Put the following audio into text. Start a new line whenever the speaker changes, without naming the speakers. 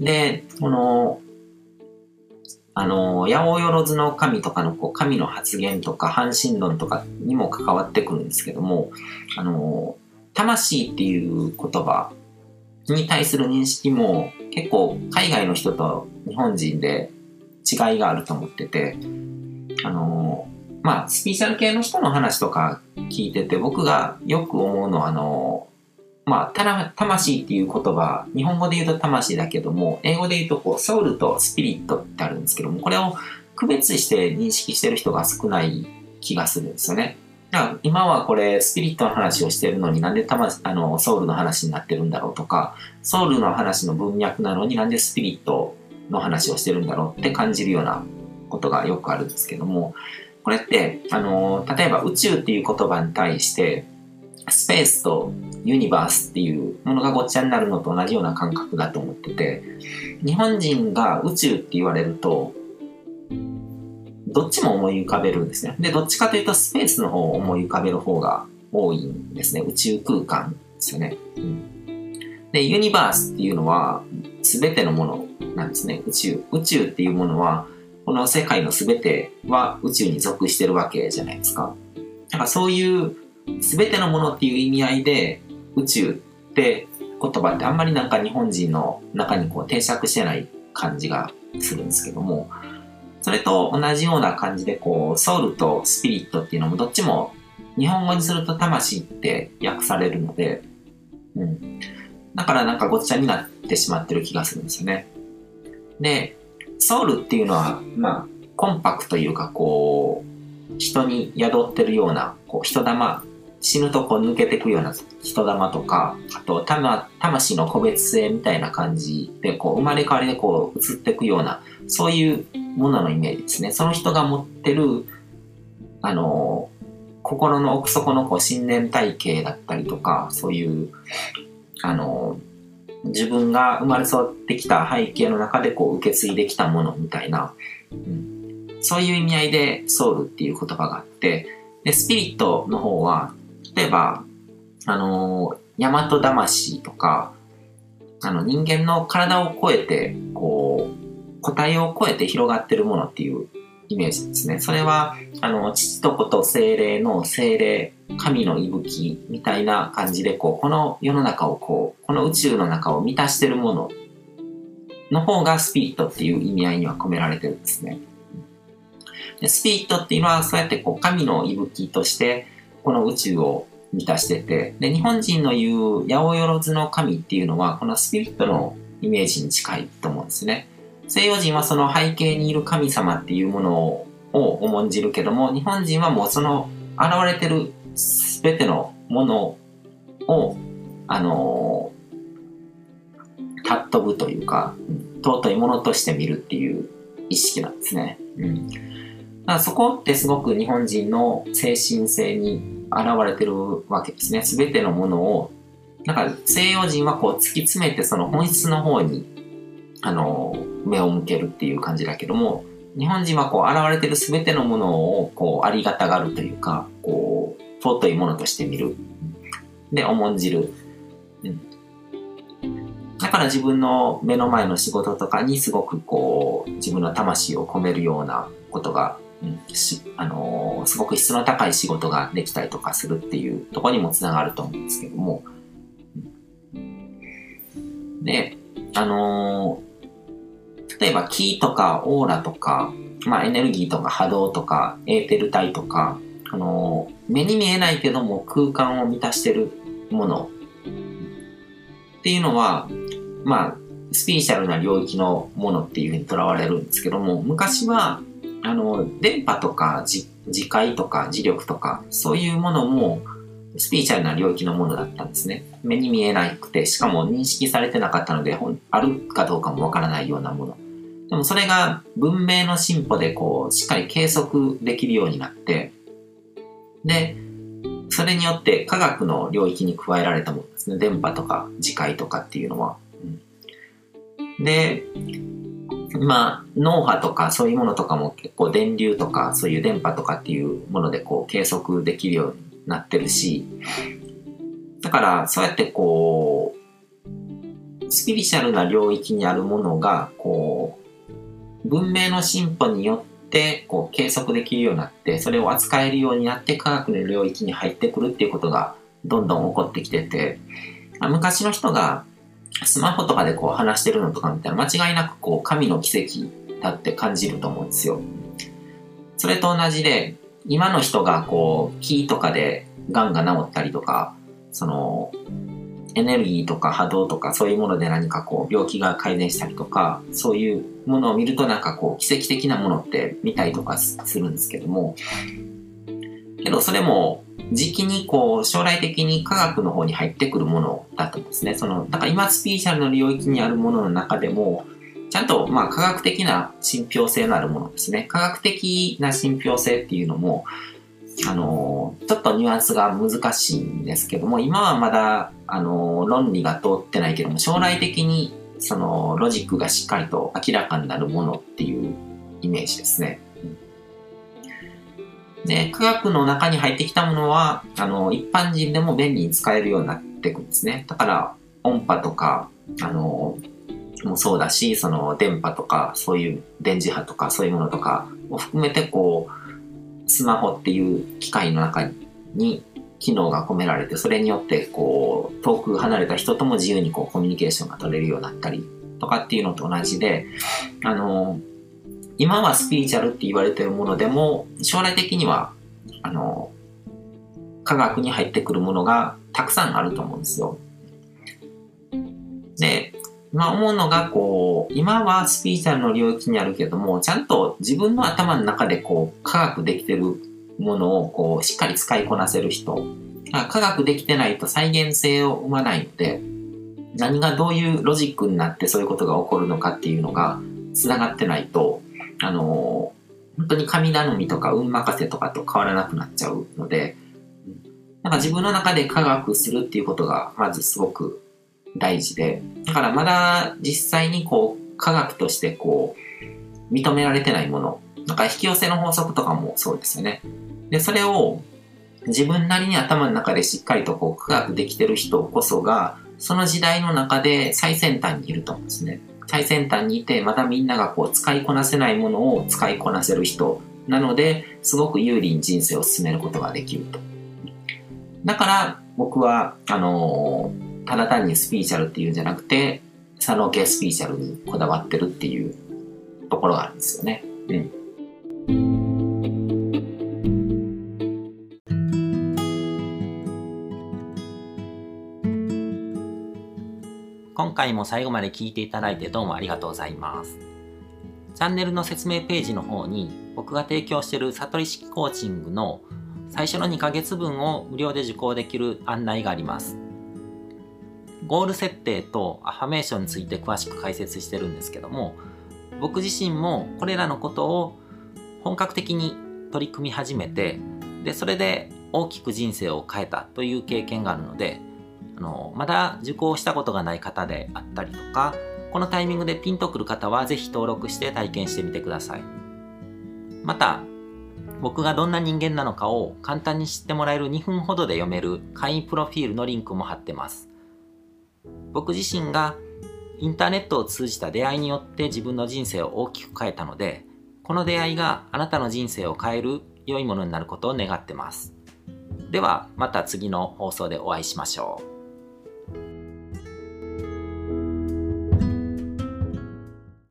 で、八百万の神とかの神の発言とか半神論とかにも関わってくるんですけども、魂っていう言葉に対する認識も結構海外の人と日本人で違いがあると思ってて、スピーチャル系の人の話とか聞いてて僕がよく思うのは魂っていう言葉、日本語で言うと魂だけども、英語で言うとソウルとスピリットってあるんですけども、これを区別して認識してる人が少ない気がするんですよね。だから今はこれスピリットの話をしてるのになんでソウルの話になってるんだろうとか、ソウルの話の文脈なのになんでスピリットの話をしてるんだろうって感じるようなことがよくあるんですけども、これって例えば宇宙っていう言葉に対してスペースとユニバースっていうものがごっちゃになるのと同じような感覚だと思ってて、日本人が宇宙って言われるとどっちも思い浮かべるんですね。で、どっちかというとスペースの方を思い浮かべる方が多いんですね。宇宙空間ですよね。で、ユニバースっていうのは全てのものなんですね。宇宙っていうものはこの世界の全ては宇宙に属してるわけじゃないですか。だからそういう全てのものっていう意味合いで宇宙って言葉ってあんまりなんか日本人の中に定着してない感じがするんですけども、それと同じような感じでソウルとスピリットっていうのもどっちも日本語にすると魂って訳されるので、だからなんかごっちゃになってしまってる気がするんですよね。で、ソウルっていうのはコンパクトというか人に宿ってるような人玉、死ぬと抜けていくような人玉とか、あと魂の個別性みたいな感じで生まれ変わりで移っていくような、そういうもののイメージですね。その人が持ってる心の奥底の信念体系だったりとか、そういう自分が生まれ育ってきた背景の中で受け継いできたものみたいな、そういう意味合いでソウルっていう言葉があって、でスピリットの方は例えば大和魂とか人間の体を超えて個体を超えて広がってるものっていうイメージですね。それは父と子と精霊の精霊、神の息吹みたいな感じでこの世の中をこの宇宙の中を満たしてるものの方がスピリットっていう意味合いには込められてるんですね。でスピリットっていうのはそうやって神の息吹としてこの宇宙を満たしてて、で日本人の言う八百万の神っていうのはこのスピリットのイメージに近いと思うんですね。西洋人はその背景にいる神様っていうものを重んじるけども、日本人はもうその現れてる全てのものを尊ぶというか、尊いものとして見るっていう意識なんですね。だからそこってすごく日本人の精神性に現れてるわけですね。全てのものを西洋人は突き詰めてその本質の方に目を向けるっていう感じだけども、日本人は現れてる全てのものをありがたがるというか、尊いものとして見る。で、重んじる。だから自分の目の前の仕事とかにすごく自分の魂を込めるようなことが、すごく質の高い仕事ができたりとかするっていうところにもつながると思うんですけども。で、例えば気とかオーラとか、エネルギーとか波動とかエーテル体とか、目に見えないけども空間を満たしてるものっていうのは、スピリチュアルな領域のものっていうふうにとらわれるんですけども、昔は電波とか磁界とか磁力とかそういうものもスピリチュアルな領域のものだったんですね。目に見えなくて、しかも認識されてなかったのであるかどうかもわからないようなもの。でもそれが文明の進歩でしっかり計測できるようになって、でそれによって科学の領域に加えられたものですね。電波とか磁界とかっていうのは。で脳波とかそういうものとかも結構電流とかそういう電波とかっていうもので計測できるようになってるし、だからそうやってスピリチュアルな領域にあるものが、文明の進歩によって計測できるようになって、それを扱えるようになって科学の領域に入ってくるっていうことがどんどん起こってきてて、昔の人がスマホとかで話してるのとか見たら間違いなく神の奇跡だって感じると思うんですよ。それと同じで、今の人が木とかで癌が治ったりとか、エネルギーとか波動とかそういうもので何か病気が改善したりとか、そういうものを見ると奇跡的なものって見たりとかするんですけども、けどそれも時期に将来的に科学の方に入ってくるものだと思うんですね。だから今スピリチュアルの領域にあるものの中でも、ちゃんと科学的な信憑性のあるものですね。科学的な信憑性っていうのも、ちょっとニュアンスが難しいんですけども、今はまだ論理が通ってないけども、将来的にロジックがしっかりと明らかになるものっていうイメージですね。で、科学の中に入ってきたものは一般人でも便利に使えるようになっていくんですね。だから音波とかもそうだし、電波とかそういう電磁波とかそういうものとかを含めてスマホっていう機械の中に機能が込められて、それによって遠く離れた人とも自由にコミュニケーションが取れるようになったりとかっていうのと同じで、今はスピリチュアルって言われてるものでも、将来的には科学に入ってくるものがたくさんあると思うんですよ。で、思うのが今はスピリチュアルの領域にあるけども、ちゃんと自分の頭の中で科学できてるものをしっかり使いこなせる人、科学できてないと再現性を生まないので、何がどういうロジックになってそういうことが起こるのかっていうのがつながってないと、本当に神頼みとか運任せとかと変わらなくなっちゃうので、自分の中で科学するっていうことがまずすごく大事で、だからまだ実際に科学として認められてないもの、引き寄せの法則とかもそうですよね。で、それを自分なりに頭の中でしっかりと科学できてる人こそが、その時代の中で最先端にいると思うんですね。最先端にいて、またみんなが使いこなせないものを使いこなせる人なので、すごく有利に人生を進めることができると。だから僕はただ単にスピリチュアルっていうんじゃなくて、左脳系スピリチュアルにこだわってるっていうところがあるんですよね。
今回も最後まで聞いていただいてどうもありがとうございます。チャンネルの説明ページの方に僕が提供している悟り式コーチングの最初の2ヶ月分を無料で受講できる案内があります。ゴール設定とアファメーションについて詳しく解説してるんですけども、僕自身もこれらのことを本格的に取り組み始めて、でそれで大きく人生を変えたという経験があるので、まだ受講したことがない方であったりとか、このタイミングでピンとくる方はぜひ登録して体験してみてください。また、僕がどんな人間なのかを簡単に知ってもらえる2分ほどで読める会員プロフィールのリンクも貼ってます。僕自身がインターネットを通じた出会いによって自分の人生を大きく変えたので、この出会いがあなたの人生を変える良いものになることを願ってます。ではまた次の放送でお会いしましょう。